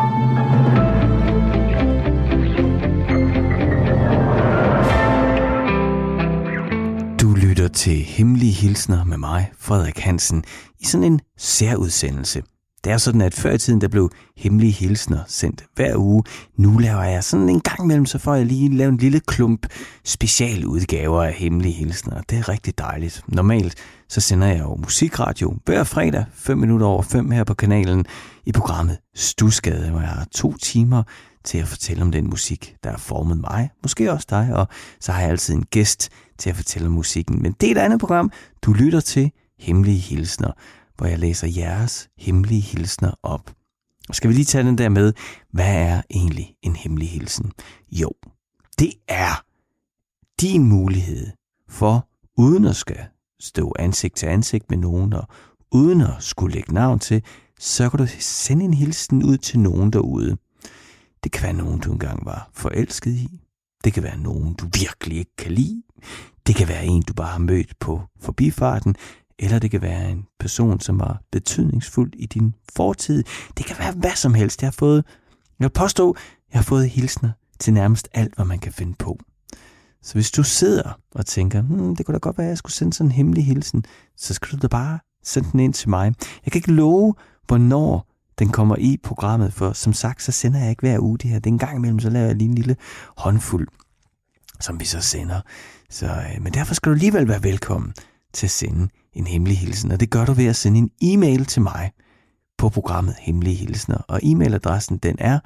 Til Hemmelige Hilsner med mig, Frederik Hansen, i sådan en særudsendelse. Det er sådan, at før i tiden, der blev Hemmelige Hilsner sendt hver uge. Nu laver jeg sådan en gang imellem, så får jeg lige lavet en lille klump specialudgaver af Hemmelige Hilsner. Det er rigtig dejligt. Normalt så sender jeg jo musikradio hver fredag 5:05 her på kanalen i programmet Stusgade, hvor jeg har 2 timer til at fortælle om den musik, der har formet mig, måske også dig, og så har jeg altid en gæst til at fortælle om musikken. Men det er et andet program, du lytter til, Hemmelige Hilsner, hvor jeg læser jeres hemmelige hilsner op. Og skal vi lige tage den der med, hvad er egentlig en hemmelig hilsen? Jo, det er din mulighed for, uden at skal stå ansigt til ansigt med nogen, og uden at skulle lægge navn til, så kan du sende en hilsen ud til nogen derude. Det kan være nogen, du engang var forelsket i. Det kan være nogen, du virkelig ikke kan lide. Det kan være en, du bare har mødt på forbifarten. Eller det kan være en person, som var betydningsfuld i din fortid. Det kan være hvad som helst. Jeg vil påstå, jeg har fået hilsner til nærmest alt, hvad man kan finde på. Så hvis du sidder og tænker, det kunne da godt være, at jeg skulle sende sådan en hemmelig hilsen, så skal du da bare sende den ind til mig. Jeg kan ikke love, hvornår den kommer i programmet, for som sagt, så sender jeg ikke hver uge det her. Det er en gang imellem, så laver jeg lige en lille håndfuld, som vi så sender. Men derfor skal du alligevel være velkommen til at sende en hemmelig hilsen, og det gør du ved at sende en e-mail til mig på programmet Hemmelige Hilsner, og e-mailadressen den er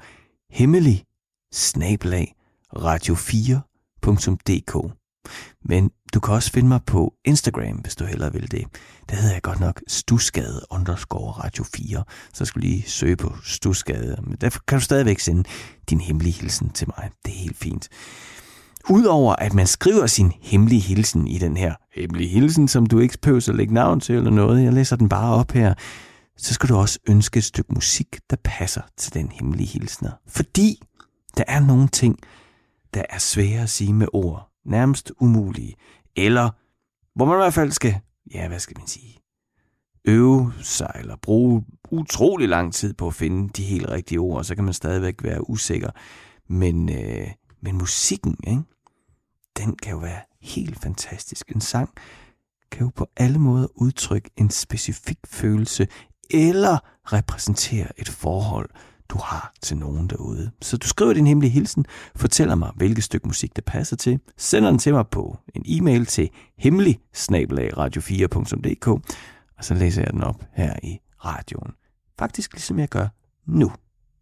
hemmelig@radio4.dk. Men du kan også finde mig på Instagram, hvis du hellere vil det. Der hedder jeg godt nok Stusgade_radio4. Så skal du lige søge på Stusgade. Men derfor kan du stadigvæk sende din hemmelige hilsen til mig. Det er helt fint. Udover at man skriver sin hemmelige hilsen i den her hemmelige hilsen, som du ikke behøver at lægge navn til eller noget, jeg læser den bare op her, så skal du også ønske et stykke musik, der passer til den hemmelige hilsner. Fordi der er nogle ting, der er svære at sige med ord. Nærmest umulige, eller hvor man i hvert fald skal, øve sig, eller bruge utrolig lang tid på at finde de helt rigtige ord, så kan man stadigvæk være usikker. Men musikken, ikke? Den kan jo være helt fantastisk. En sang kan jo på alle måder udtrykke en specifik følelse, eller repræsentere et forhold, du har til nogen derude. Så du skriver din hemmelige hilsen, fortæller mig, hvilket stykke musik det passer til, sender den til mig på en e-mail til hemmelig@radio4.dk, og så læser jeg den op her i radioen. Faktisk ligesom jeg gør nu.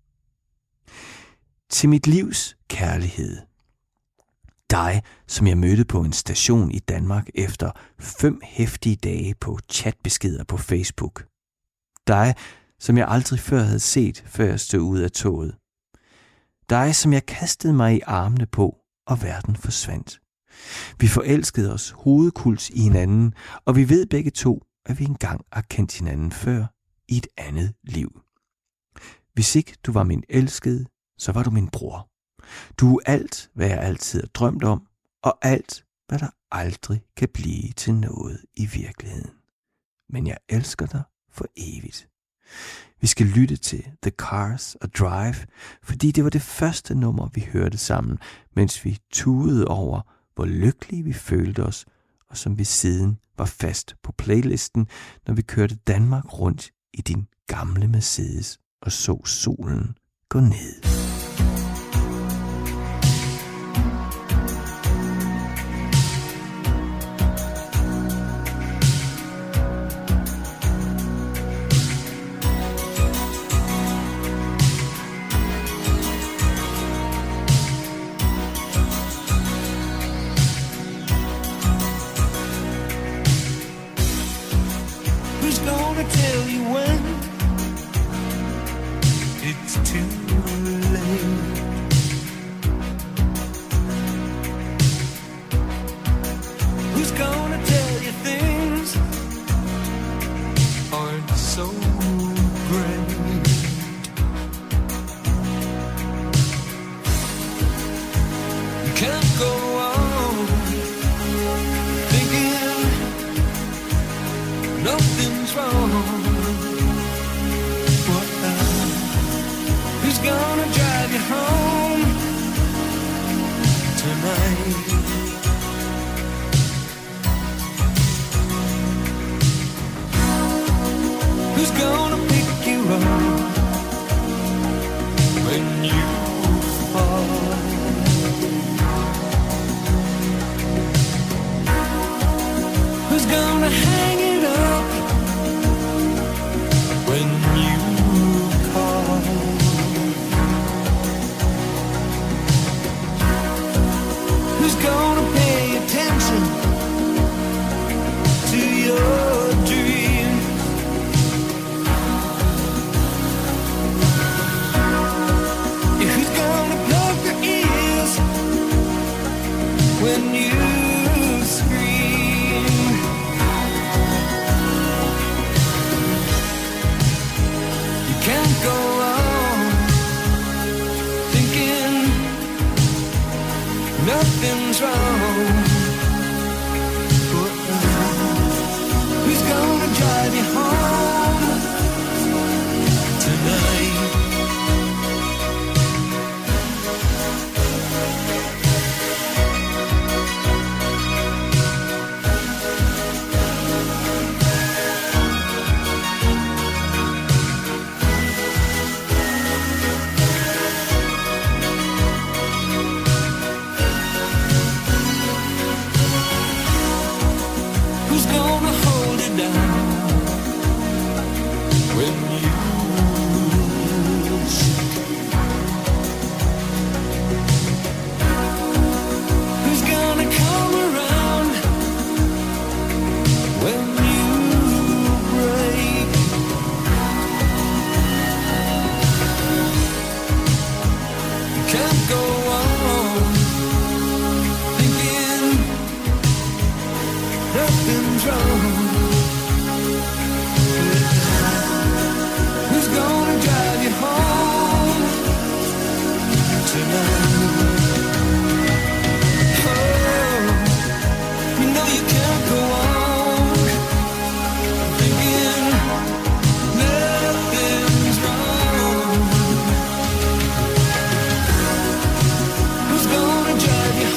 Til mit livs kærlighed. Dig, som jeg mødte på en station i Danmark efter 5 heftige dage på chatbeskeder på Facebook. Dig, som jeg aldrig før havde set, før jeg stod ud af toget. Dig, som jeg kastede mig i armene på, og verden forsvandt. Vi forelskede os hovedkuls i hinanden, og vi ved begge to, at vi engang har kendt hinanden før i et andet liv. Hvis ikke du var min elskede, så var du min bror. Du er alt, hvad jeg altid har drømt om, og alt, hvad der aldrig kan blive til noget i virkeligheden. Men jeg elsker dig for evigt. Vi skal lytte til The Cars og Drive, fordi det var det første nummer, vi hørte sammen, mens vi tudede over, hvor lykkelige vi følte os, og som vi siden var fast på playlisten, når vi kørte Danmark rundt i din gamle Mercedes og så solen gå ned. Who's gonna drive you home tonight? Who's gonna pick you up when you fall? Who's gonna hang it up when you call? Who's gonna pay attention to your dreams? Who's gonna plug their ears when you scream? You can't go on thinking nothing's wrong. Who's gonna drive you home tonight? Who's gonna hold it down when you sink? Who's gonna come around when you break? You can't go on thinking nothing's wrong. Who's gonna drive you home tonight? Oh, you know you can't go on thinking nothing's wrong. Who's gonna drive you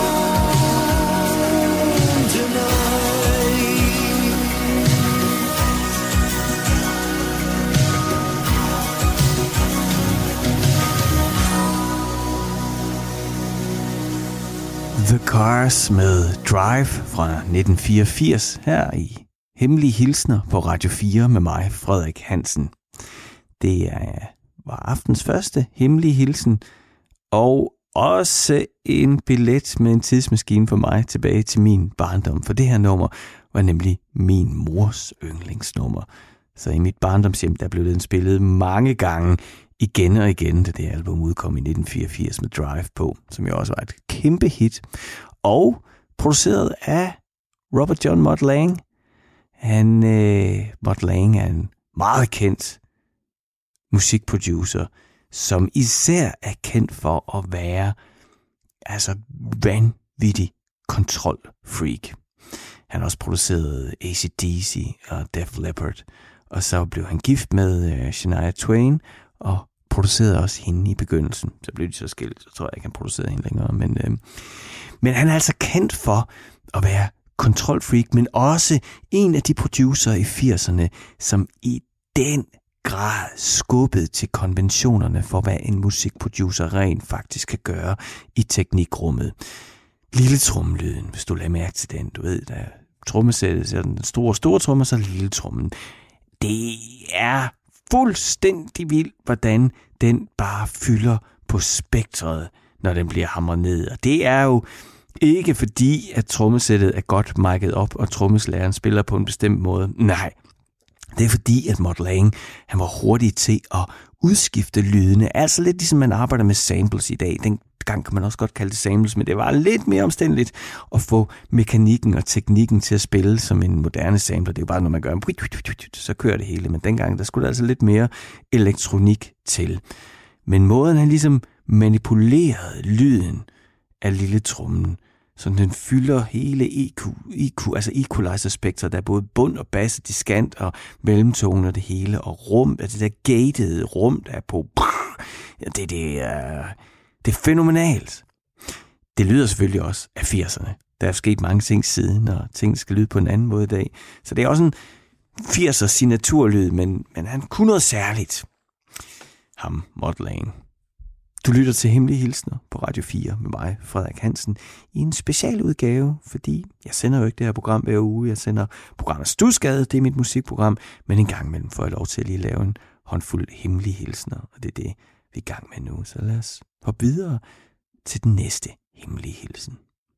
home tonight? The Cars med Drive fra 1984 her i Hemmelige Hilsner på Radio 4 med mig, Frederik Hansen. Det var aftens første hemmelige hilsen, og også en billet med en tidsmaskine for mig tilbage til min barndom. For det her nummer var nemlig min mors yndlingsnummer. Så i mit barndomshjem, der blev den spillet mange gange, igen og igen, da det album udkom i 1984 med Drive på, som jo også var et kæmpe hit. Og produceret af Robert John Mutt Lange. Mutt Lange er en meget kendt musikproducer, som især er kendt for at være vanvittig kontrolfreak. Han har også produceret AC/DC og Def Leppard, og så blev han gift med Shania Twain, og producerede også hende i begyndelsen. Så blev de så skilt, så tror jeg ikke, han producerede hende længere. Men han er altså kendt for at være kontrolfreak, men også en af de producer i 80'erne, som i den grad skubbede til konventionerne for, hvad en musikproducer rent faktisk kan gøre i teknikrummet. Lille trommelyden, hvis du lader mærke til den. Du ved, der er trommesættet, så er den store tromme, så lille trommen. Det er fuldstændig vildt, hvordan den bare fylder på spektret, når den bliver hamret ned. Og det er jo ikke fordi, at trommesættet er godt mic'et op, og trommeslageren spiller på en bestemt måde. Nej, det er fordi, at Mutt Lange, han var hurtig til at udskifte lydene. Altså lidt ligesom man arbejder med samples i dag. Dengang kan man også godt kalde det samples, men det var lidt mere omstændeligt at få mekanikken og teknikken til at spille som en moderne sampler. Det er jo bare, når man gør så kører det hele. Men dengang, der skulle der altså lidt mere elektronik til. Men måden, han ligesom manipulerede lyden af lille trommen, så den fylder hele EQ, altså equalizer-spektret, der er både bund og bass, diskant og mellemtone og det hele, og rum, altså det der gated rum, der er på Ja, det er fænomenalt. Det lyder selvfølgelig også af 80'erne. Der er sket mange ting siden, og ting skal lyde på en anden måde i dag. Så det er også en 80'er signaturlyd, men han kunne noget særligt. Ham, Mutt Lange. Du lytter til Hemmelige Hilsner på Radio 4 med mig, Frederik Hansen, i en specialudgave, fordi jeg sender jo ikke det her program hver uge. Jeg sender programmet Studsgade, det er mit musikprogram, men en gang imellem får jeg lov til at lige lave en håndfuld hemmelige hilsner, og det er det, vi er i gang med nu. Så lad os hoppe videre til den næste hemmelige hilsen.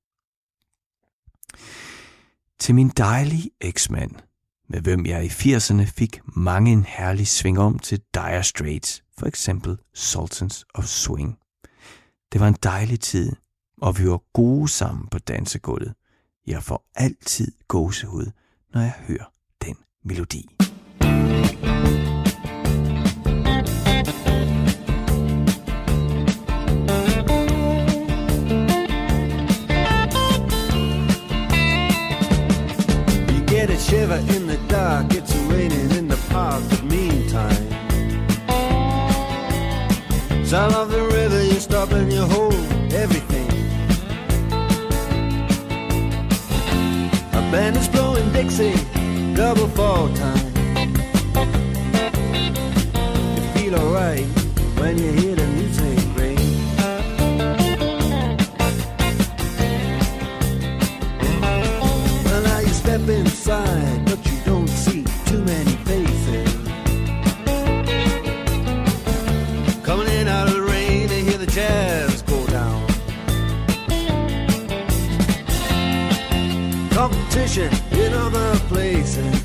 Til min dejlige eksmand, med hvem jeg i 80'erne fik mange en herlig sving om til Dire Straits, for eksempel Sultans of Swing. Det var en dejlig tid, og vi var gode sammen på dansegulvet. Jeg får altid gåsehud, når jeg hører den melodi. A shiver in the dark, it's raining in the park, but meantime sound of the river, you stop and you hold everything. A band is blowing Dixie, double fall time. You feel alright when you hear the music ring. Well, now you step inside, but you don't see too many faces. Coming in out of the rain to hear the jazz go down. Competition in other places,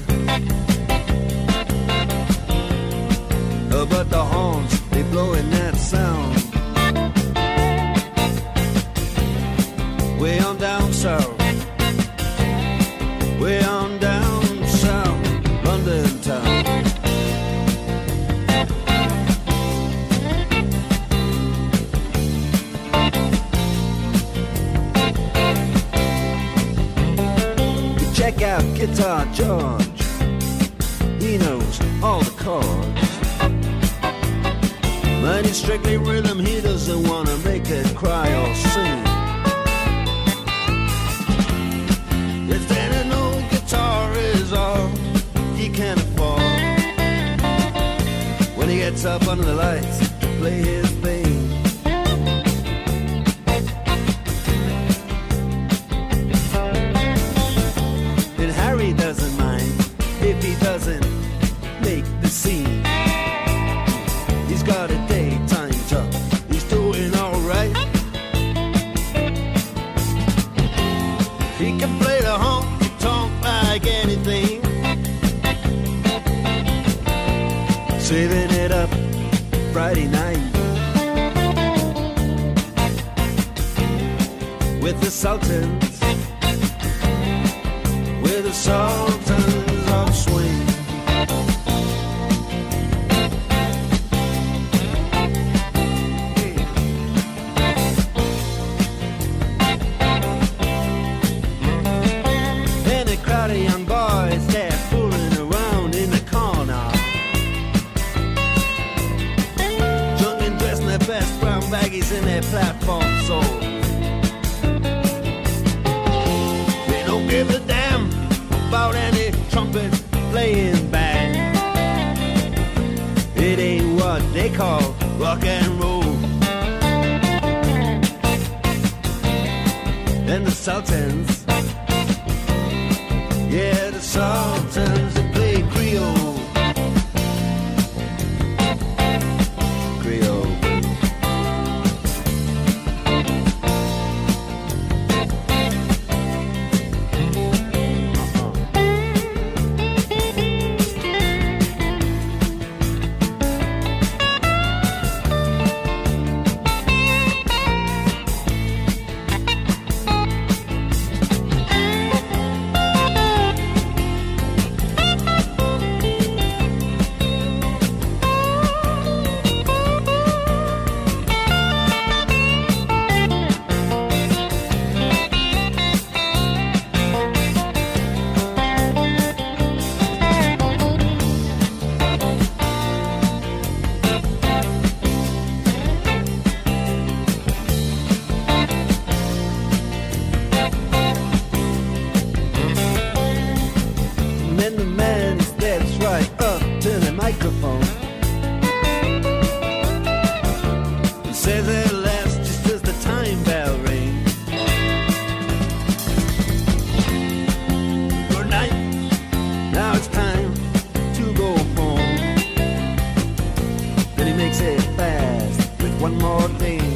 but the horns, they blowing that sound. Way on down south, way on down south, London town. You check out Guitar George, he knows all the chords. But he's strictly rhythm, he doesn't wanna make it cry or sing. If then an old guitar is all he can afford, when he gets up under the lights to play his thing. And Harry doesn't mind if he doesn't make the scene. He's got a daytime job, he's doing alright. He can play the honky-tonk like anything, saving it up Friday night with the Sultans, with the Sultans of Swing. Crowd of young boys, they're fooling around in the corner, drunk and dressed in their best brown baggies in their platform soles. They don't give a damn about any trumpet playing band. It ain't what they call rock and roll. And the Sultans, yeah, the Sultans, they play Creole. Creole. says at last, just as the time bell rings. Good night, now it's time to go home. Then he makes it fast with one more thing.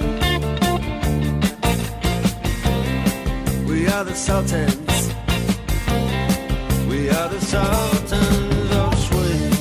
We are the Sultans. We are the Sultans of Swing.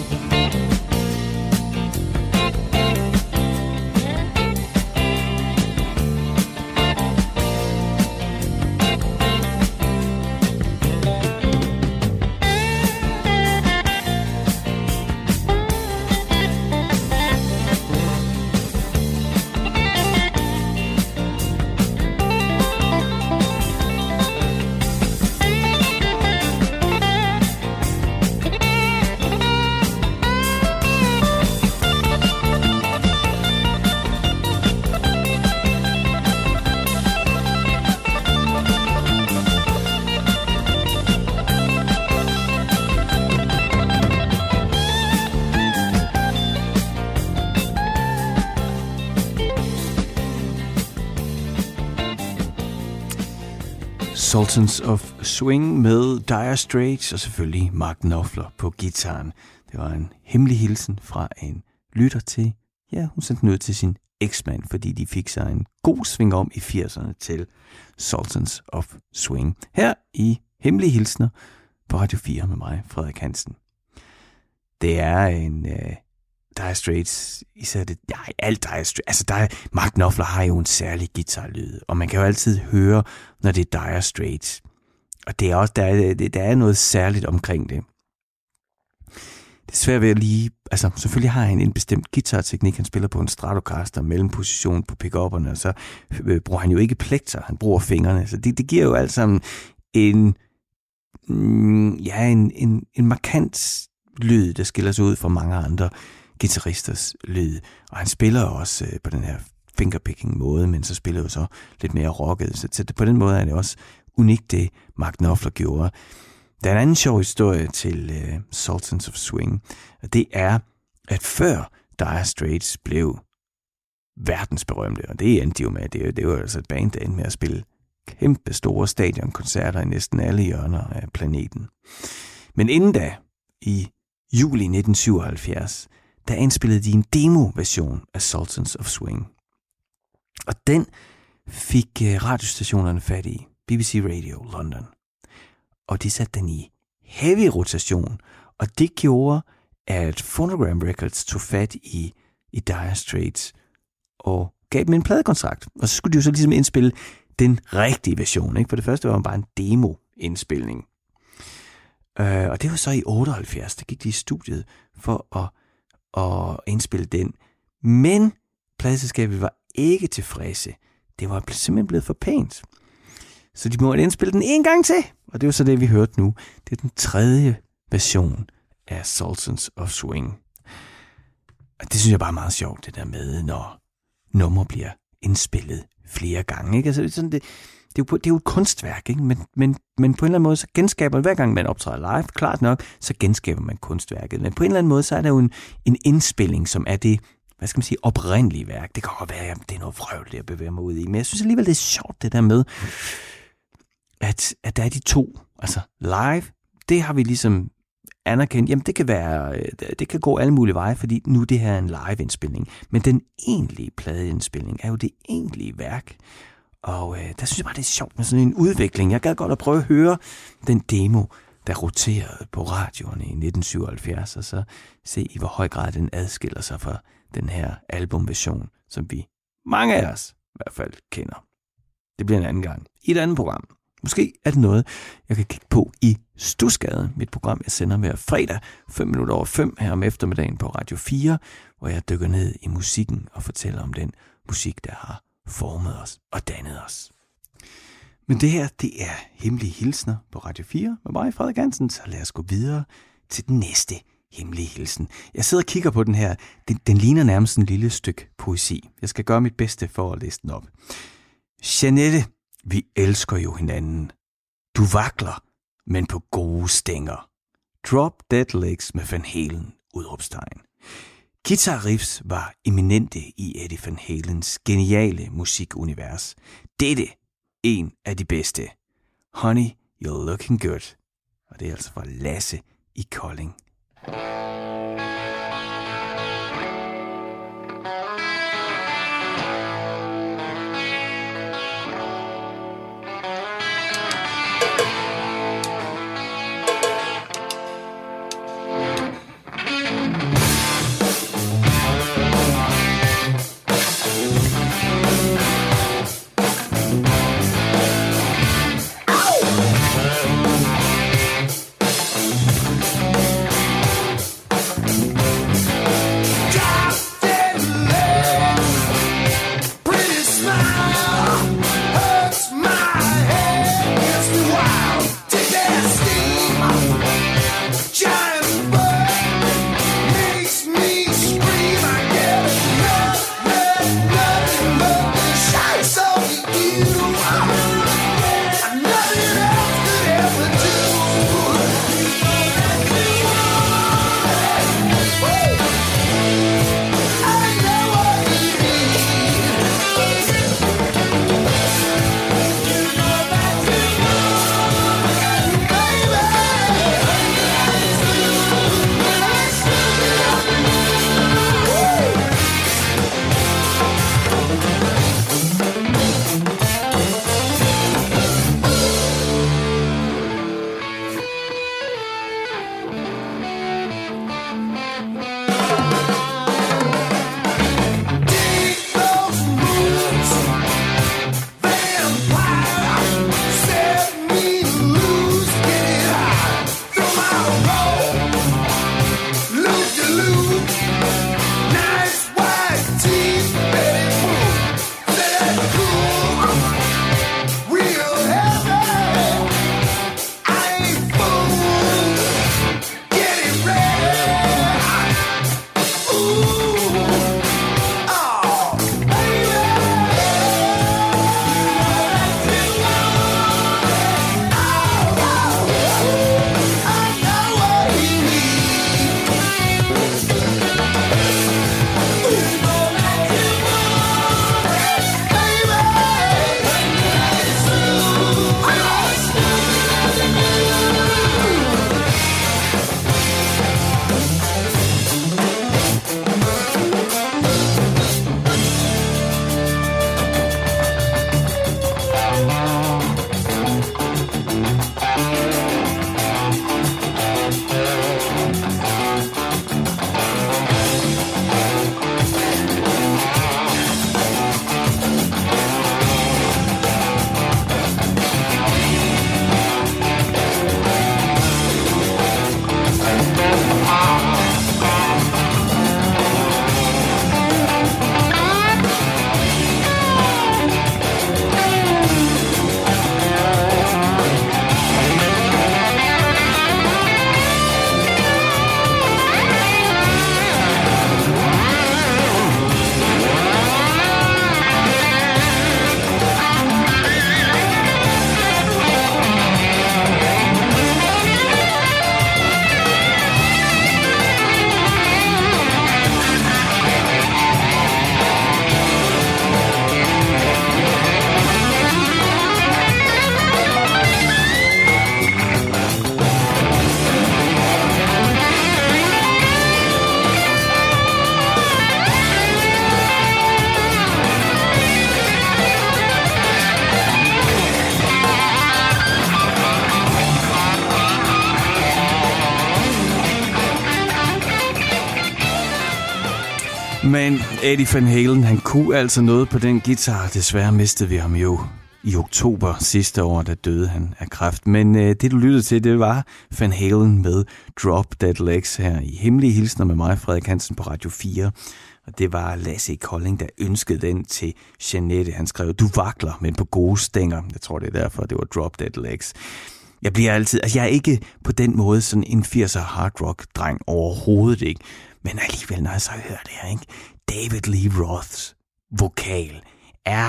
Sultans of Swing med Dire Straits og selvfølgelig Mark Knopfler på guitaren. Det var en hemmelig hilsen fra en lytter til, ja, hun sendte den ud til sin eksmand, fordi de fik sig en god sving om i 80'erne til Sultans of Swing. Her i Hemmelige Hilsner på Radio 4 med mig, Frederik Hansen. Det er en Dire Straits, især det, ja, alt Dire Straits, altså Mark Knopfler har jo en særlig guitarlyd, og man kan jo altid høre, når det er Dire Straits. Og det er også, der er noget særligt omkring det. Det er svært ved at lige, altså selvfølgelig har han en bestemt guitarteknik, han spiller på en Stratocaster, mellemposition på pick-upperne, og så bruger han jo ikke plekter, han bruger fingrene, så det giver jo alt sammen en markant lyd, der skiller sig ud fra mange andre guitaristers lyd, og han spiller også på den her fingerpicking måde, men så spiller jo så lidt mere rocket, så på den måde er det også unikt, det Mark Knopfler gjorde. Der er en anden sjov historie til Sultans of Swing, og det er, at før Dire Straits blev verdensberømte, og det endte jo med, det var altså et band, der endte med at spille kæmpe store stadionkoncerter i næsten alle hjørner af planeten. Men inden da, i juli 1977, der indspillede de en demo-version af Sultans of Swing. Og den fik radiostationerne fat i, BBC Radio London. Og de satte den i heavy rotation, og det gjorde, at Phonogram Records tog fat i Dire Straits og gav dem en pladekontrakt. Og så skulle de jo så ligesom indspille den rigtige version, ikke? For det første var det bare en demo-indspilning. Og det var så i 78, der gik de i studiet for at indspille den. Men pladeselskabet var ikke tilfredse. Det var simpelthen blevet for pænt. Så de måtte indspille den en gang til. Og det var så det, vi hørte nu. Det er den tredje version af Sultans of Swing. Og det synes jeg bare er meget sjovt, det der med, når nummer bliver indspillet flere gange. Ikke? Altså, sådan det er jo et kunstværk, ikke? Men på en eller anden måde, så genskaber man, hver gang man optræder live, klart nok, så genskaber man kunstværket. Men på en eller anden måde, så er der jo en indspilling, som er det, hvad skal man sige, oprindelige værk. Det kan godt være, at det er noget vrøvl, jeg bevæger mig ud i. Men jeg synes alligevel, det er sjovt, det der med, at der er de to. Altså live, det har vi ligesom anerkendt. Jamen, det kan gå alle mulige veje, fordi nu det her er en live-indspilning. Men den egentlige pladeindspilning er jo det egentlige værk. Og der synes jeg bare, det er sjovt med sådan en udvikling. Jeg gad godt at prøve at høre den demo, der roterede på radioerne i 1977, og så se i hvor høj grad den adskiller sig fra den her albumversion, som vi, mange af os i hvert fald, kender. Det bliver en anden gang i et andet program. Måske er det noget, jeg kan kigge på i Stusgade, mit program, jeg sender hver fredag 5:05 her om eftermiddagen på Radio 4, hvor jeg dykker ned i musikken og fortæller om den musik, der har formet os og dannet os. Men det her, det er Hemmelige Hilsner på Radio 4 med mig, Frederik Hansen, så lad os gå videre til den næste hemmelige hilsen. Jeg sidder og kigger på den her. Den ligner nærmest en lille stykke poesi. Jeg skal gøre mit bedste for at læse den op. Jeanette, vi elsker jo hinanden. Du vakler, men på gode stænger. Drop Dead Legs med Van Halen, udråbstegn. Guitar-riffs var eminente i Eddie Van Halens geniale musikunivers. Dette en af de bedste. Honey, You're Looking Good. Og det er altså fra Lasse i Kolding. Men Eddie Van Halen, han kunne altså noget på den guitar. Desværre mistede vi ham jo i oktober sidste år, der døde han af kræft. Men det du lyttede til, det var Van Halen med Drop Dead Legs her i Hemmelige Hilsner med mig, Frederik Hansen, på Radio 4. Og det var Lasse i Kolding, der ønskede den til Jeanette. Han skrev, du vakler, men på gode stænger. Jeg tror, det er derfor, det var Drop Dead Legs. Jeg bliver altid, jeg er ikke på den måde sådan en 80'er hard rock dreng overhovedet ikke. Men alligevel, når jeg så hører det her, ikke? David Lee Roths vokal er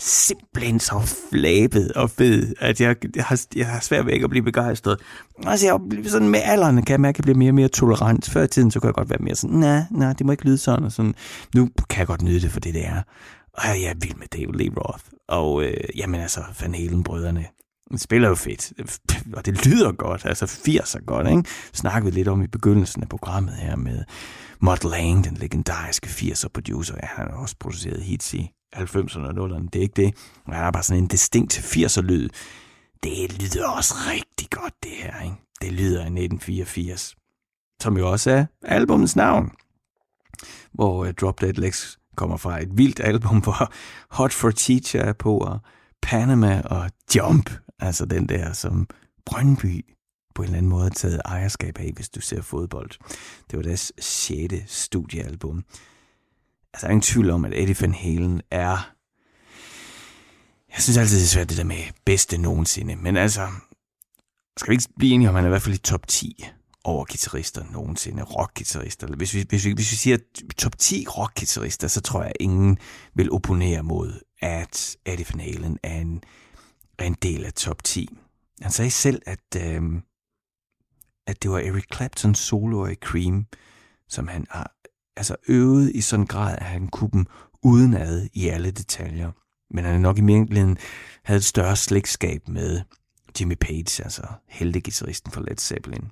simpelthen så flabet og fed, at jeg har svært ved ikke at blive begejstret. Altså, sådan med alderen kan jeg mærke, at jeg bliver mere og mere tolerant. Før i tiden, så kunne jeg godt være mere sådan, nej, det må ikke lyde sådan, og sådan. Nu kan jeg godt nyde det for det, det er. Og jeg er vild med David Lee Roth. Og jamen altså, Van Halen-brødrene spiller jo fedt, og det lyder godt, altså 80'er godt, ikke? Snakkede vi lidt om i begyndelsen af programmet her med Mutt Lange, den legendariske 80'er producer. Ja, han har også produceret hits i 90'erne og 00'erne, det er ikke det. Han har bare sådan en distinkt 80'er lyd. Det lyder også rigtig godt, det her, ikke? Det lyder af 1984, som jo også er albumets navn, hvor Drop Dead Legs kommer fra et vildt album, hvor Hot for Teacher er på, og Panama og Jump, altså den der, som Brøndby på en eller anden måde har taget ejerskab af, hvis du ser fodbold. Det var deres 6. studiealbum. Altså, der er ingen tvivl om, at Eddie Van Halen er... Jeg synes altid, det er svært det der med bedste nogensinde, men altså, skal vi ikke blive enige om, at han er i hvert fald i top 10 over guitarister nogensinde, rockguitarister. Hvis vi siger top 10 rockguitarister, så tror jeg, at ingen vil opponere mod, at Eddie Van Halen er en del af top 10. Han sagde selv, at det var Eric Claptons soloer i Cream, som han har øvet i sådan en grad, at han kunne dem udenad i alle detaljer. Men han nok i virkeligheden havde et større slægtskab med Jimmy Page, altså helteguitaristen fra Led Zeppelin.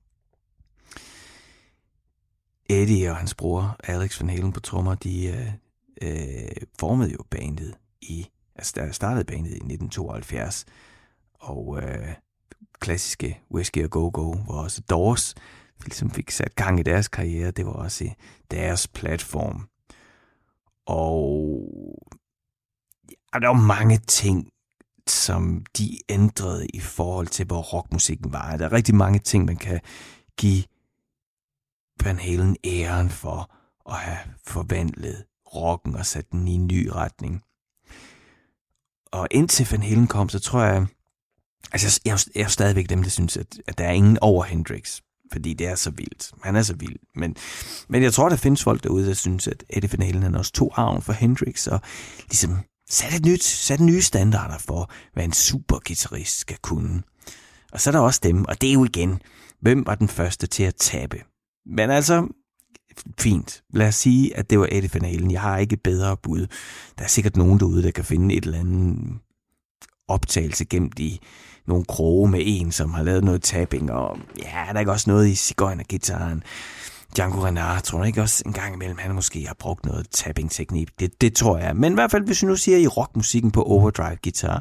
Eddie og hans bror, Alex Van Halen på trommer, de formede jo bandet startede bandet i 1972, og klassiske Whiskey a Go-Go, hvor også Doors ligesom fik sat gang i deres karriere, det var også i deres platform. Og der var mange ting, som de ændrede i forhold til, hvor rockmusikken var. Der er rigtig mange ting, man kan give Van Halen æren for at have forvandlet rocken og sat den i en ny retning. Og indtil Van Halen kom, så tror jeg, altså jeg er stadigvæk dem, der synes, at der er ingen over Hendrix, fordi det er så vildt. Han er så vild. Men jeg tror, der findes folk derude, der synes, at Eddie Van Halen er også tog arven for Hendrix, og ligesom sat nye standarder for, hvad en superguitarist skal kunne. Og så er der også dem, og det er jo igen, hvem var den første til at tabe? Men altså, fint. Lad os sige, at det var Eddie Van Halen. Jeg har ikke bedre bud. Der er sikkert nogen derude, der kan finde et eller andet optagelse gemt i nogle kroge med en, som har lavet noget tapping, og ja, der er ikke også noget i sigøjnergitaren. Django Reinhardt, tror jeg ikke også en gang imellem, han måske har brugt noget tapping-teknik. Det tror jeg. Men i hvert fald, hvis vi nu siger i rockmusikken på overdrive-gitar,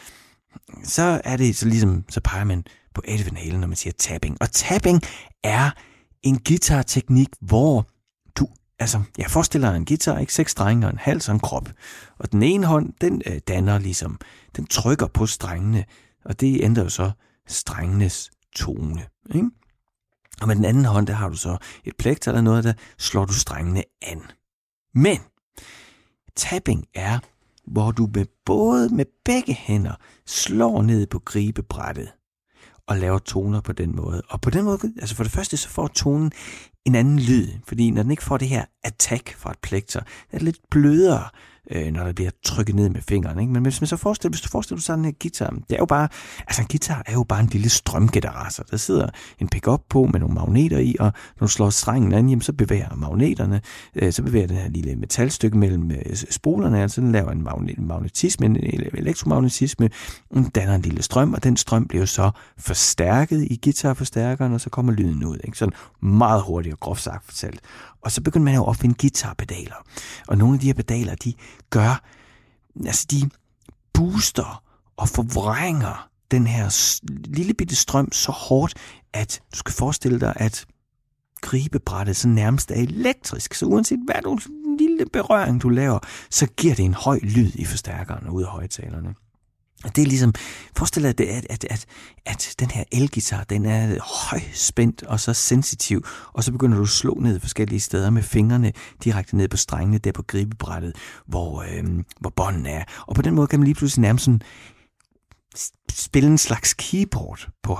så er det så ligesom, så peger man på Eddie Van Halen, når man siger tapping. Og tapping er en guitarteknik, hvor du, jeg forestiller en guitar, ikke? 6 strenge og en hals og en krop. Og den ene hånd, den danner ligesom, den trykker på strengene, og det ændrer jo så strengenes tone, ikke? Og med den anden hånd, der har du så et plekter eller noget, der slår du strengene an. Men tapping er, hvor du med begge hænder slår ned på gribebrættet og laver toner på den måde. Og på den måde, altså for det første, så får tonen en anden lyd, fordi når den ikke får det her attack fra et plekter, det er lidt blødere, når der bliver trykket ned med fingeren, ikke? Men hvis du forestiller dig sådan en guitar, det er jo bare, altså en guitar er jo bare en lille strømgenerator. Der sidder en pickup på med nogle magneter i, og når du slår strengen an, jamen, så bevæger magneterne, så bevæger den her lille metalstykke mellem spolerne, altså den laver en magnetisme, en elektromagnetisme, den danner en lille strøm, og den strøm bliver så forstærket i guitarforstærkeren, og så kommer lyden ud, ikke? Sådan meget hurtigt og groft sagt fortalt. Og så begynder man jo at opfinde guitarpedaler. Og nogle af de her pedaler, de gør, altså de booster og forvrænger den her lille bitte strøm så hårdt, at du skal forestille dig, at gribebrættet så nærmest er elektrisk. Så uanset hvad du lille berøring du laver, så giver det en høj lyd i forstærkeren ud af højtalerne. Og det er ligesom, forestil dig, at den her elgitar, den er højspændt og så sensitiv, og så begynder du at slå ned forskellige steder med fingrene direkte ned på strengene, der på gribebrættet, hvor bånden er. Og på den måde kan man lige pludselig nærmest sådan spille en slags keyboard på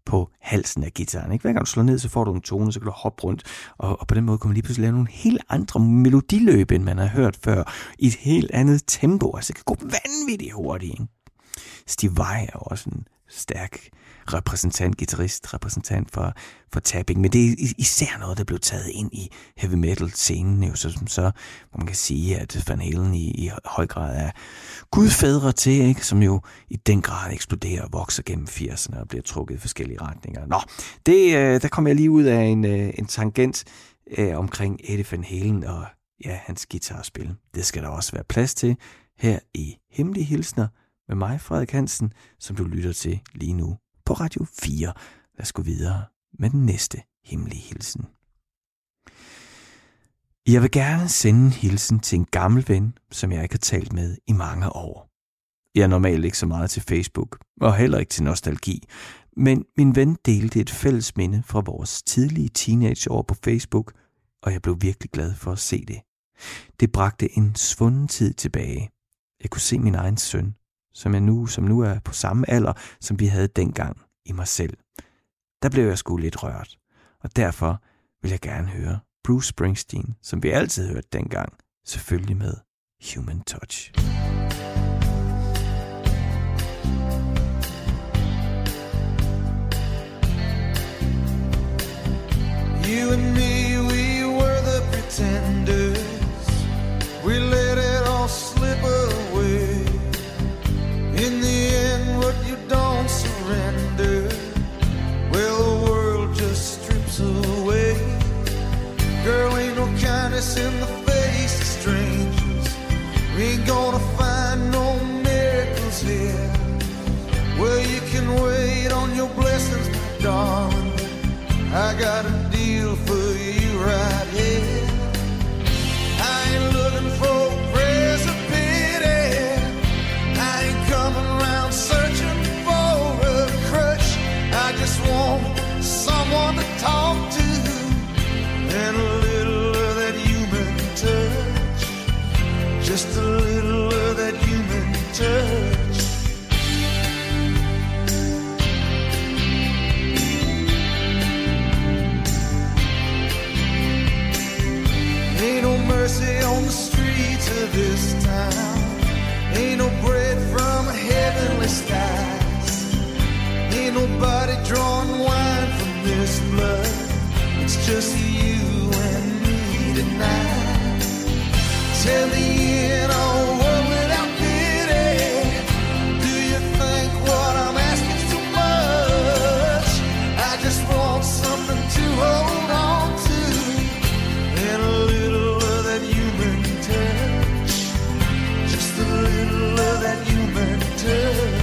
på halsen af guitaren. Ikke? Hver gang du slår ned, så får du en tone, så kan du hoppe rundt, og på den måde kan man lige pludselig lave nogle helt andre melodiløb, end man har hørt før, i et helt andet tempo. Altså det kan gå vanvittigt hurtigt. Ikke? Steve Vai er også en stærk guitarist, repræsentant for tapping, men det er især noget, der blev taget ind i heavy metal-scenen, jo, så hvor man kan sige, at Van Halen i høj grad er gudfædre til, ikke? Som jo i den grad eksploderer og vokser gennem 80'erne og bliver trukket i forskellige retninger. Nå, der kom jeg lige ud af en tangent omkring Eddie Van Halen og hans guitarspil. Det skal der også være plads til her i Hemmelige Hilsner med mig, Frederik Hansen, som du lytter til lige nu på Radio 4. Lad os gå videre med den næste hemmelige hilsen. Jeg vil gerne sende en hilsen til en gammel ven, som jeg ikke har talt med i mange år. Jeg er normalt ikke så meget til Facebook, og heller ikke til nostalgi, men min ven delte et fælles minde fra vores tidlige teenageår på Facebook, og jeg blev virkelig glad for at se det. Det bragte en svunden tid tilbage. Jeg kunne se min egen søn, som nu er på samme alder, som vi havde dengang, i mig selv. Der blev jeg sgu lidt rørt, og derfor vil jeg gerne høre Bruce Springsteen, som vi altid hørte dengang, selvfølgelig med Human Touch. You and me, we were the pretenders. We let it all slip away. In the end, what you don't surrender, well, the world just strips away. Girl, ain't no kindness in the face of strangers. We ain't gonna find no miracles here. Well, you can wait on your blessings, my darling. I got a deal for you right here. I ain't looking for prayers of pity. I ain't coming around searching for a crutch. I just want someone to talk to and a little of that human touch. Just a little of that human touch. Ain't no mercy on the streets of this town. Ain't no bread from heavenly skies. Ain't nobody drawing wine from this blood. It's just you and me tonight. Tell me in a world without pity, do you think what I'm asking too much? I just want something to hold on to and a little of that human touch. Just a little of that human touch.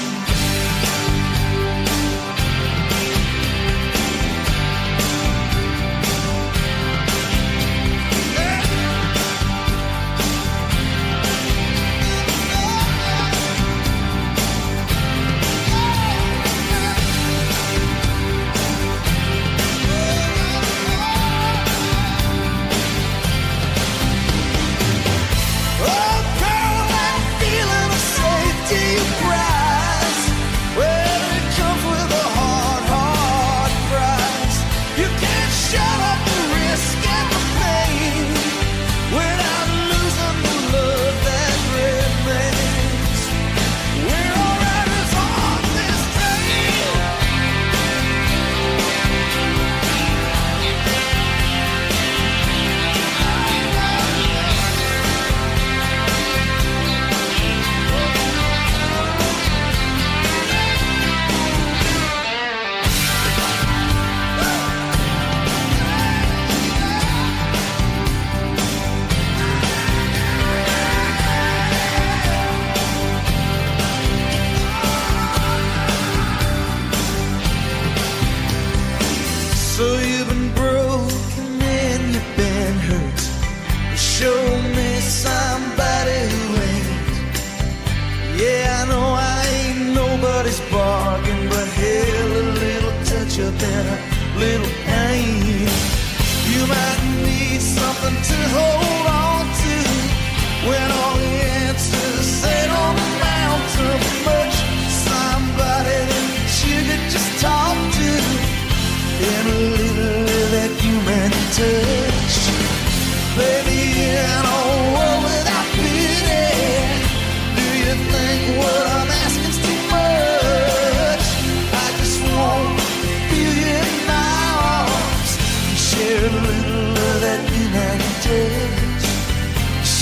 So you've been broken and you've been hurt. Show me somebody who ain't. Yeah, I know I ain't nobody's bargain, but hell, a little touch up and a little pain. You might need something to hold on to when all the answers ain't on the mountain much. Somebody that you could just talk to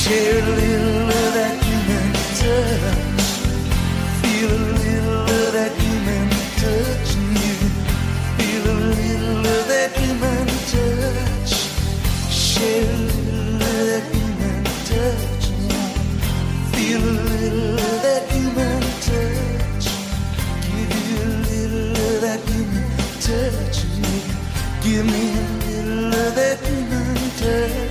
Share a little of that human touch. Feel a little of that human touch in you. Feel a little of that human touch. Share a little of that human touch in you. Feel a little of that human touch. Give you a little of that human touch in you. Give me a little of that human touch.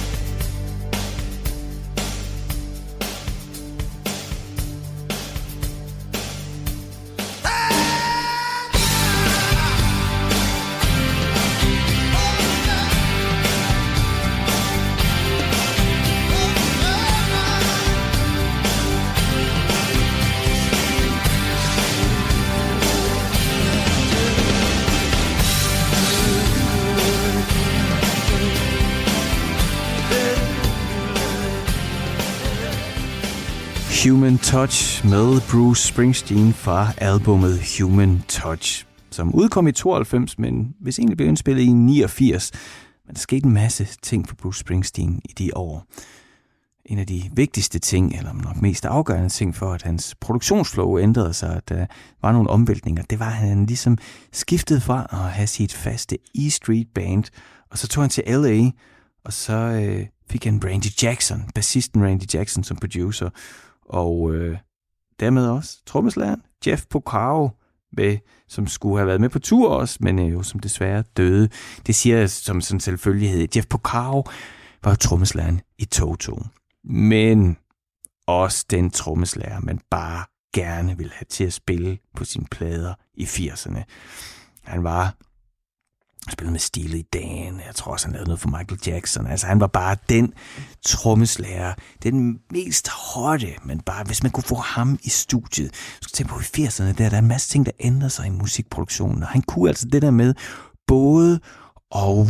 Human Touch med Bruce Springsteen fra albumet Human Touch, som udkom i 92, men hvis egentlig blev indspillet i 89. Men der skete en masse ting for Bruce Springsteen i de år. En af de vigtigste ting, eller nok mest afgørende ting for, at hans produktionsflow ændrede sig, at der var nogle omvæltninger, det var, at han ligesom skiftede fra at have sit faste E Street Band, og så tog han til LA, og så fik han Randy Jackson, bassisten Randy Jackson som producer, og dermed også trommeslageren Jeff Porcaro, som skulle have været med på tur også, men jo som desværre døde. Det siger jeg som sådan selvfølgelighed. Jeff Porcaro var jo trommeslageren i Toto, men også den trommeslager, man bare gerne ville have til at spille på sine plader i 80'erne. Han var spillet med Steely Dan, jeg tror også, han lavede noget for Michael Jackson. Altså, han var bare den trommeslager, den mest hotte, men bare, hvis man kunne få ham i studiet. Du skal tænke på, i 80'erne, der er en masse ting, der ændrer sig i musikproduktionen, og han kunne altså det der med både at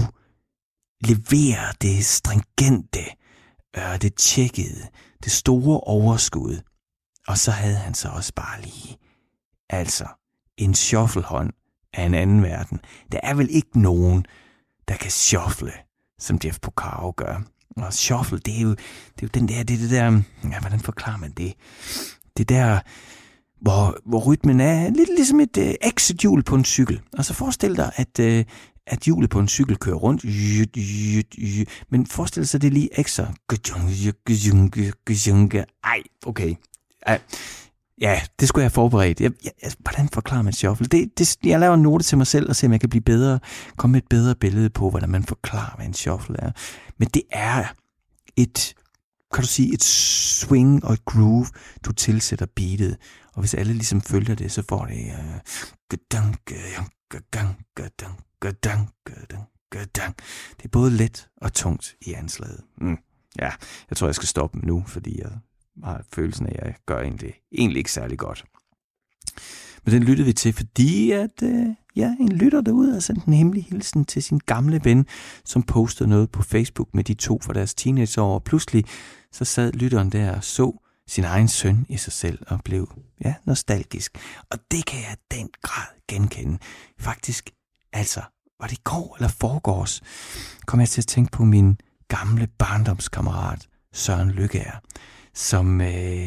levere det stringente, det tjekkede, det store overskud, og så havde han så også bare lige, altså, en shufflehånd af en anden verden. Der er vel ikke nogen, der kan shuffle, som Jeff Porcaro gør. Og shuffle, det er jo den der, det der, ja, hvordan forklarer man det? Det der, hvor rytmen er lidt ligesom et exit-hjul på en cykel. Og så forestil dig, at hjulet på en cykel kører rundt, men forestil dig så, det er lige ekstra. Ej, okay. Ja, det skulle jeg have forberedt. Hvordan forklarer man shuffle? Jeg laver en note til mig selv og se, om jeg kan blive bedre, komme med et bedre billede på, hvordan man forklarer, hvad en shuffle er. Men det er et swing og et groove, du tilsætter beatet. Og hvis alle ligesom følger det, så får det det er både let og tungt i anslaget. Ja, jeg tror, jeg skal stoppe nu, fordi jeg har følelsen af, at jeg gør egentlig ikke særlig godt. Men den lyttede vi til, fordi at en lytter derude har sendt en hemmelig hilsen til sin gamle ven, som postede noget på Facebook med de to fra deres teenageår, og pludselig så sad lytteren der og så sin egen søn i sig selv og blev nostalgisk. Og det kan jeg i den grad genkende. Faktisk, altså, var det i går eller forgårs, kom jeg til at tænke på min gamle barndomskammerat Søren Lykkeær, som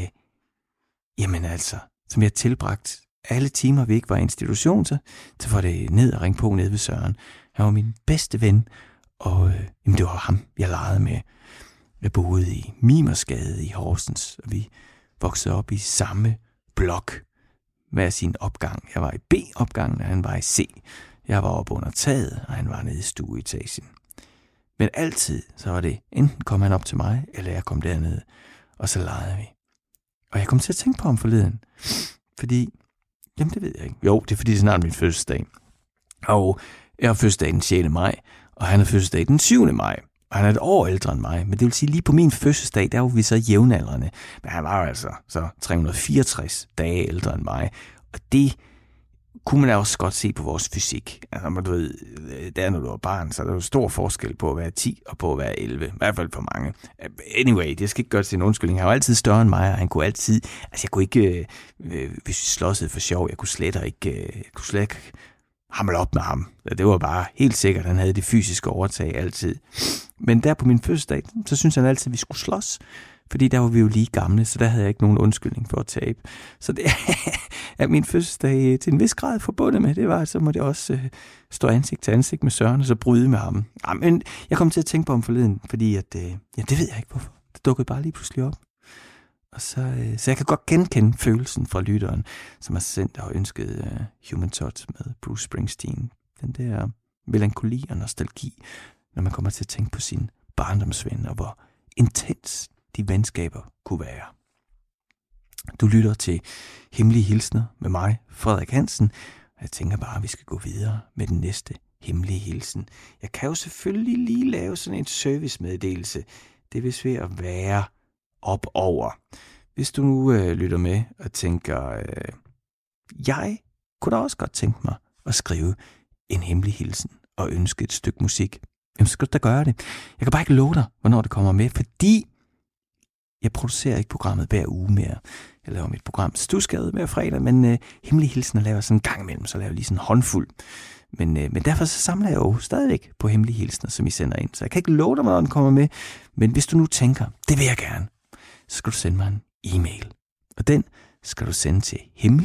som jeg tilbragt alle timer, vi ikke var i institution, så var det ned og ringe på nede ved Søren. Han var min bedste ven, og det var ham, jeg legede med. Jeg boede i Mimersgade i Horsens, og vi voksede op i samme blok med sin opgang. Jeg var i B-opgangen, og han var i C. Jeg var oppe under taget, og han var nede i stueetagen. Men altid så var det, enten kom han op til mig, eller jeg kom dernede, og så legede vi. Og jeg kom til at tænke på ham forleden, fordi, jamen det ved jeg ikke. Jo, det er fordi det er snart min fødselsdag. Og jeg har fødselsdag den 6. maj, og han har fødselsdag den 7. maj. Og han er et år ældre end mig, men det vil sige, lige på min fødselsdag, der var vi så jævnaldrende. Men han var jo altså så 364 dage ældre end mig, og det kunne man også godt se på vores fysik. Altså, du ved, der når du var barn, så er der jo stor forskel på at være 10 og på at være 11. I hvert fald for mange. Anyway, det skal ikke gøre til en undskyldning. Han var altid større end mig, og han kunne altid... Altså, jeg kunne ikke... hvis vi slåsede for sjov, jeg kunne slet ikke hamle op med ham. Det var bare helt sikkert, han havde det fysiske overtag altid. Men der på min fødselsdag, så synes han altid, at vi skulle slås. Fordi der var vi jo lige gamle, så der havde jeg ikke nogen undskyldning for at tabe. Så det er min fødselsdag til en vis grad forbundet med. Det var, så må det også stå ansigt til ansigt med Søren, og så bryde med ham. Men jeg kom til at tænke på ham forleden, fordi at, det ved jeg ikke hvorfor. Det dukkede bare lige pludselig op. Og så jeg kan godt genkende følelsen fra lytteren, som har sendt og ønsket Human Touch med Bruce Springsteen. Den der melankoli og nostalgi, når man kommer til at tænke på sin barndomsven, og hvor intens de venskaber kunne være. Du lytter til Hemmelige Hilsner med mig, Frederik Hansen, og jeg tænker bare, at vi skal gå videre med den næste hemmelige hilsen. Jeg kan jo selvfølgelig lige lave sådan en servicemeddelelse. Det vil ved at være op over. Hvis du nu lytter med og tænker, jeg kunne da også godt tænke mig at skrive en hemmelig hilsen og ønske et stykke musik, jamen så skal du da gøre det. Jeg kan bare ikke love dig, hvornår det kommer med, fordi jeg producerer ikke programmet hver uge mere. Jeg laver mit program Stusgade hver fredag, men hemmelige hilsener laver sådan en gang imellem, så laver jeg lige sådan en håndfuld. Men derfor så samler jeg jo stadigvæk på hemmelige hilsener, som I sender ind. Så jeg kan ikke love dig, hvornår den kommer med, men hvis du nu tænker, det vil jeg gerne, så skal du sende mig en e-mail. Og den skal du sende til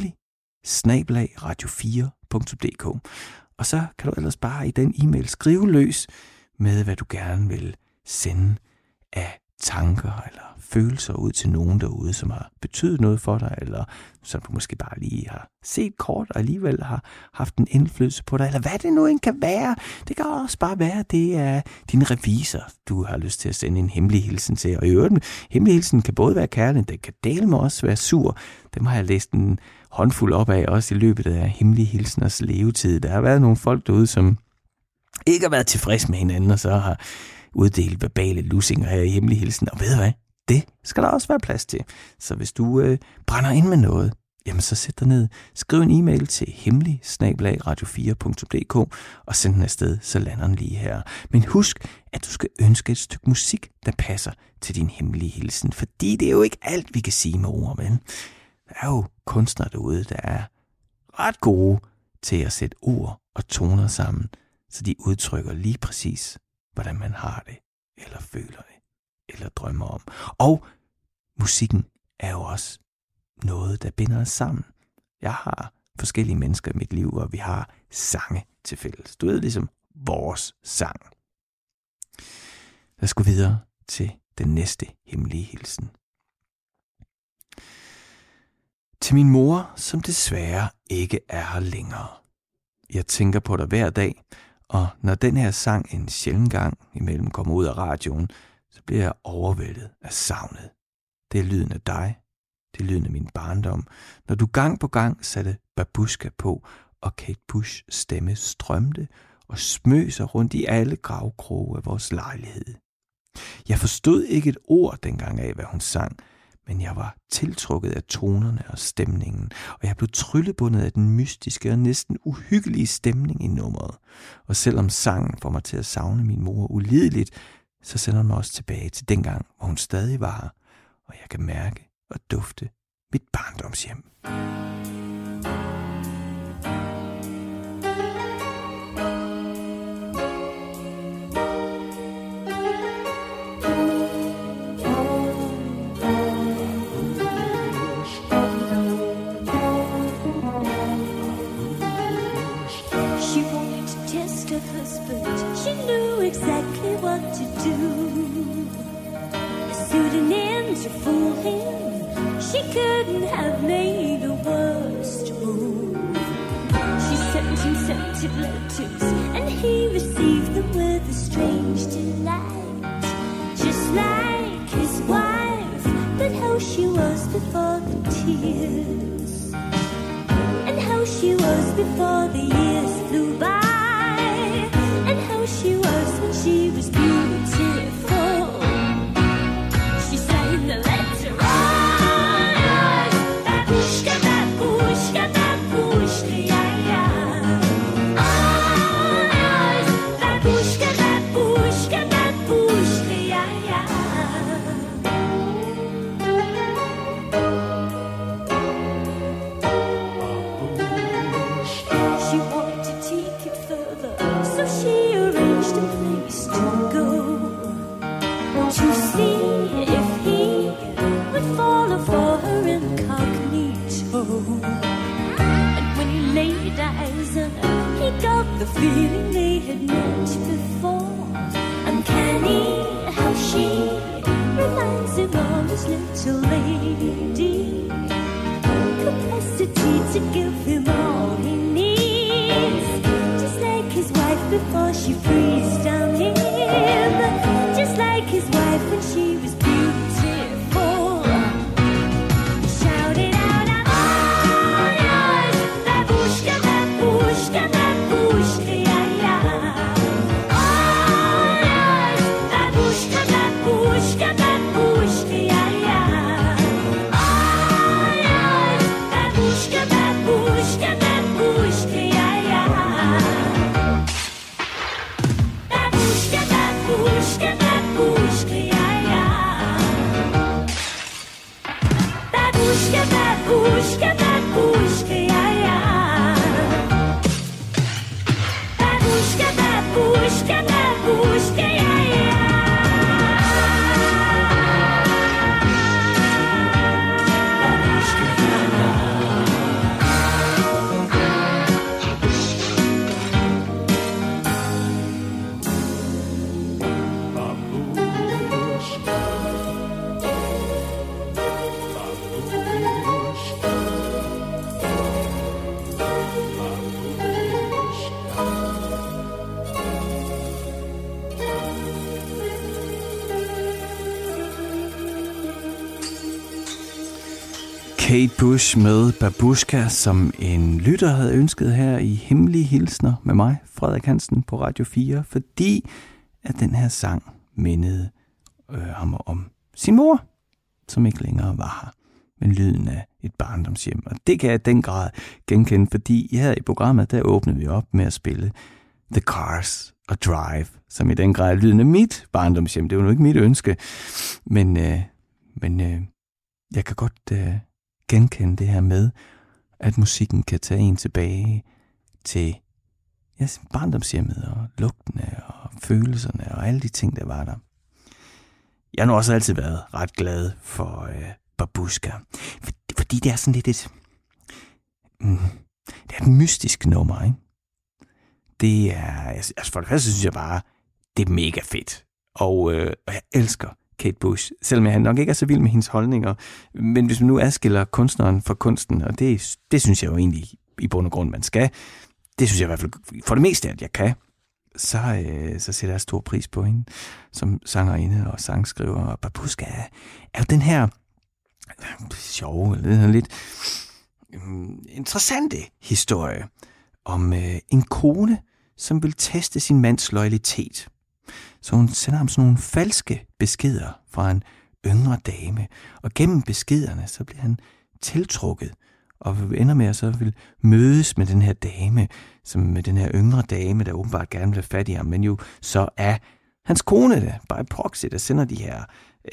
hemmelig@radio4.dk. Og så kan du ellers bare i den e-mail skrive løs med, hvad du gerne vil sende af tanker eller følelser ud til nogen derude, som har betydet noget for dig, eller som du måske bare lige har set kort og alligevel har haft en indflydelse på dig, eller hvad det nu end kan være. Det kan også bare være, at det er din revisor, du har lyst til at sende en hemmelig hilsen til. Og i øvrigt, hemmelig hilsen kan både være kærlig, den kan dele med også være sur. Dem har jeg læst en håndfuld op af, også i løbet af hemmelige hilseners levetid. Der har været nogle folk derude, som ikke har været tilfreds med hinanden, og så har uddelt verbale lussinger her i hemmelig hilsen. Og ved du hvad? Det skal der også være plads til. Så hvis du brænder ind med noget, jamen så sæt dig ned, skriv en e-mail til hemmelig@radio4.dk og send den afsted, så lander den lige her. Men husk, at du skal ønske et stykke musik, der passer til din hemmelige hilsen, fordi det er jo ikke alt, vi kan sige med ord, men der er jo kunstnere derude, der er ret gode til at sætte ord og toner sammen, så de udtrykker lige præcis, hvordan man har det, eller føler det, eller drømmer om. Og musikken er jo også noget, der binder os sammen. Jeg har forskellige mennesker i mit liv, og vi har sange til fælles. Du ved, ligesom vores sang. Lad os gå videre til den næste hemmelige hilsen. Til min mor, som desværre ikke er her længere. Jeg tænker på dig hver dag, og når den her sang en sjælden gang imellem kommer ud af radioen, så bliver jeg overvældet af savnet. Det er lyden af dig. Det er lyden af min barndom. Når du gang på gang satte babushka på, og Kate Bush stemme strømte og smøser rundt i alle gravkroge af vores lejlighed. Jeg forstod ikke et ord dengang af, hvad hun sang, men jeg var tiltrukket af tonerne og stemningen, og jeg blev tryllebundet af den mystiske og næsten uhyggelige stemning i nummeret. Og selvom sangen får mig til at savne min mor ulideligt, så sender den mig også tilbage til dengang, hvor hun stadig var her, og jeg kan mærke og dufte mit barndomshjem. letters, and he received them with a strange delight, just like his wife. But how she was before the tears, and how she was before the years flew by, and how she was when she was beautiful. She sang the letter, oh, babushka, babushka, babushka, yeah, yeah. Oh, babushka, babushka, babushka, yeah, yeah. gentle lady, capacity to give him all he needs, just like his wife before she breathed on him, just like his wife when she was beautiful. Shout it out, I'm all yours, babushka, babushka, babushka, yeah, yeah. All yours, babushka, babushka, babushka, yeah, yeah. All yours, babushka, babushka, babushka, yeah, yeah. Babushka, babushka, babushka, yeah, yeah. Babushka, babushka, babushka, yeah, yeah. Babushka, babushka, babushka, yeah, yeah. Kate Bush med Babushka, som en lytter havde ønsket her i Hemmelige Hilsner med mig, Frederik Hansen, på Radio 4, fordi at den her sang mindede ham om sin mor, som ikke længere var her, men lyden af et barndomshjem. Og det kan jeg i den grad genkende, fordi her i programmet, der åbnede vi op med at spille The Cars og Drive, som i den grad er lyden af mit barndomshjem. Det var nu ikke mit ønske, men jeg kan godt genkende det her med, at musikken kan tage en tilbage til barndomshjemmet og lugtene og følelserne og alle de ting, der var der. Jeg har nu også altid været ret glad for Babushka, fordi det er sådan lidt det er et mystisk nummer, ikke? Det er, altså for det første synes jeg bare, det er mega fedt, og jeg elsker Kate Bush, selvom jeg nok ikke er så vild med hendes holdninger, men hvis man nu adskiller kunstneren fra kunsten, og det synes jeg jo egentlig i bund og grund, man skal, det synes jeg i hvert fald for det meste, at jeg kan, så sætter jeg stor pris på hende som sangerinde og sangskriver. Og Babushka er jo den her sjove, eller den her lidt interessante historie om en kone, som vil teste sin mands loyalitet. Så hun sender ham sådan nogle falske beskeder fra en yngre dame, og gennem beskederne, så bliver han tiltrukket, og ender med at så vil mødes med den her dame, som med den her yngre dame, der åbenbart gerne vil have fat i ham, men jo så er hans kone der, by proxy, der sender de her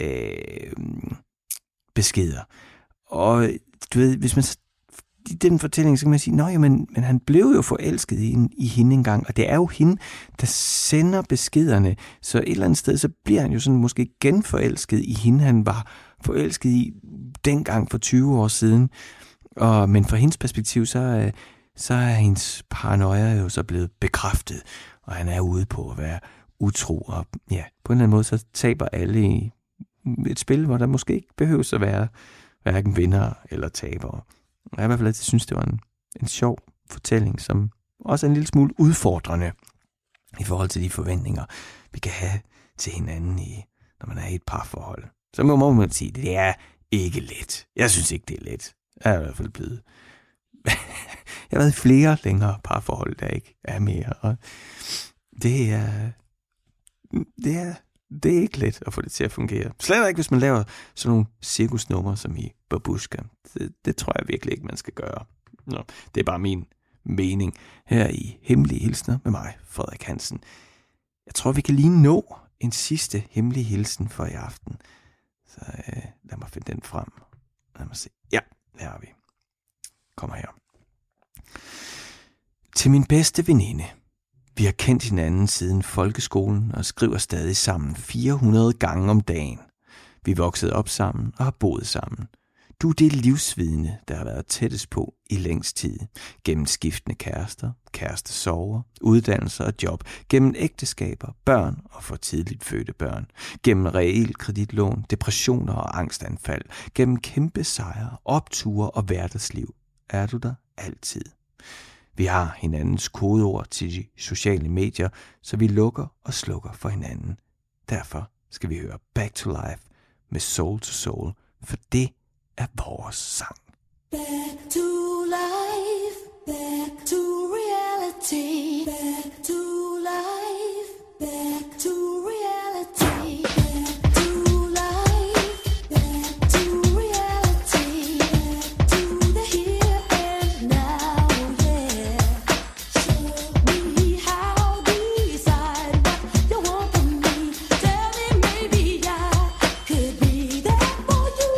beskeder. Og du ved, hvis man i den fortælling, så kan man sige, nej, men han blev jo forelsket i hende engang, og det er jo hende, der sender beskederne, så et eller andet sted, så bliver han jo sådan måske genforelsket i hende, han var forelsket i dengang for 20 år siden, men fra hendes perspektiv, så er hendes paranoia jo så blevet bekræftet, og han er ude på at være utro, og ja, på en eller anden måde, så taber alle i et spil, hvor der måske ikke behøves at være hverken vinder eller tabere. Og jeg i hvert fald altid synes, det var en sjov fortælling, som også er en lille smule udfordrende i forhold til de forventninger, vi kan have til hinanden, når man er i et parforhold. Så må man sige, det er ikke let. Jeg synes ikke, det er let. Jeg er i hvert fald blevet... jeg har været i flere længere parforhold, der ikke er mere. Og det er ikke let at få det til at fungere. Slet ikke, hvis man laver sådan nogle cirkusnumre som i Babushka. Det tror jeg virkelig ikke, man skal gøre. Nå, det er bare min mening her i Hemmelige Hilsner med mig, Frederik Hansen. Jeg tror, vi kan lige nå en sidste hemmelig hilsen for i aften. Så lad mig finde den frem. Lad mig se. Ja, her har vi. Kommer her. Til min bedste veninde. Vi har kendt hinanden siden folkeskolen og skriver stadig sammen 400 gange om dagen. Vi voksede op sammen og har boet sammen. Du er det livsvidne, der har været tættest på i længst tid. Gennem skiftende kærester, kærestesorger, uddannelser og job. Gennem ægteskaber, børn og for tidligt fødte børn. Gennem realkreditlån, depressioner og angstanfald. Gennem kæmpe sejre, opture og hverdagsliv. Er du der altid? Vi har hinandens kodeord til de sociale medier, så vi lukker og slukker for hinanden. Derfor skal vi høre Back to Life med Soul to Soul, for det er vores sang. Back to life, back to reality, back to life, back to reality, back to life, back to reality, back to the here and now, yeah. Show me how, decide what you want from me. Tell me maybe I could be there for you.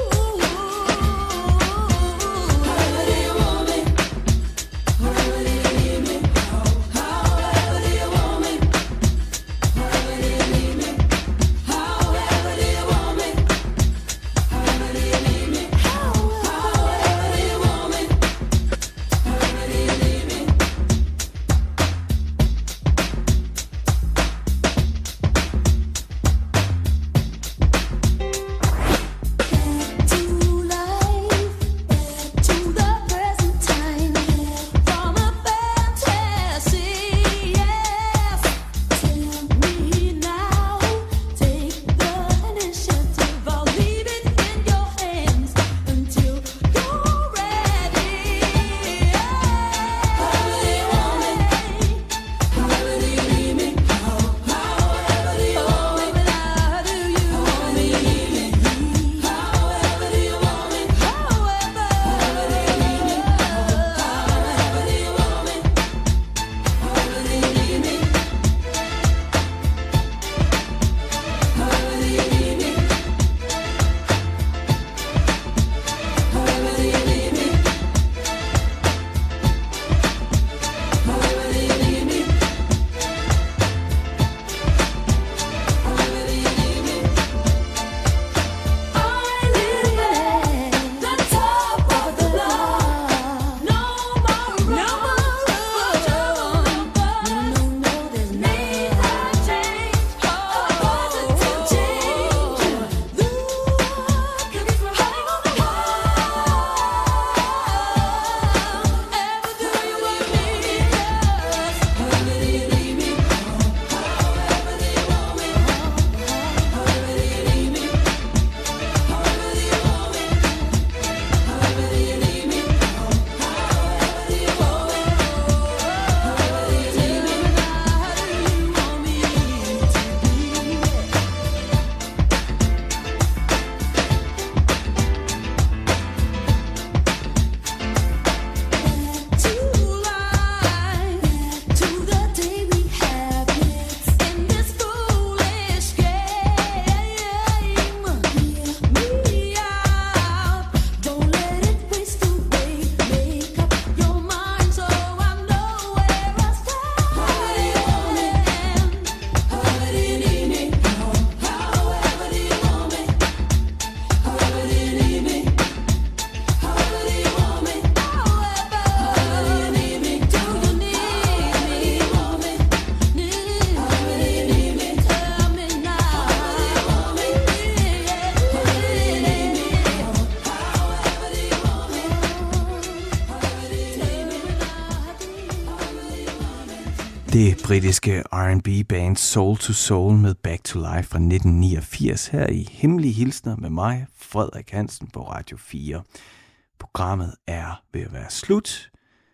Det britiske R&B-band Soul to Soul med Back to Life fra 1989 her i Hemmelige Hilsner med mig, Frederik Hansen på Radio 4. Programmet er ved at være slut,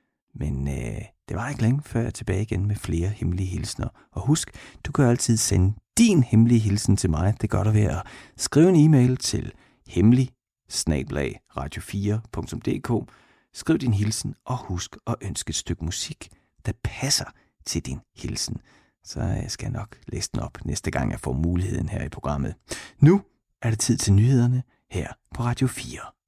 men det var ikke længe før jeg er tilbage igen med flere hemmelige hilsner. Og husk, du kan altid sende din hemmelige hilsen til mig. Det gør du ved at skrive en e-mail til hemmelig@radio4.dk. Skriv din hilsen og husk at ønske et stykke musik, der passer til din hilsen. Så skal jeg nok læse den op næste gang jeg får muligheden her i programmet. Nu er det tid til nyhederne her på Radio 4.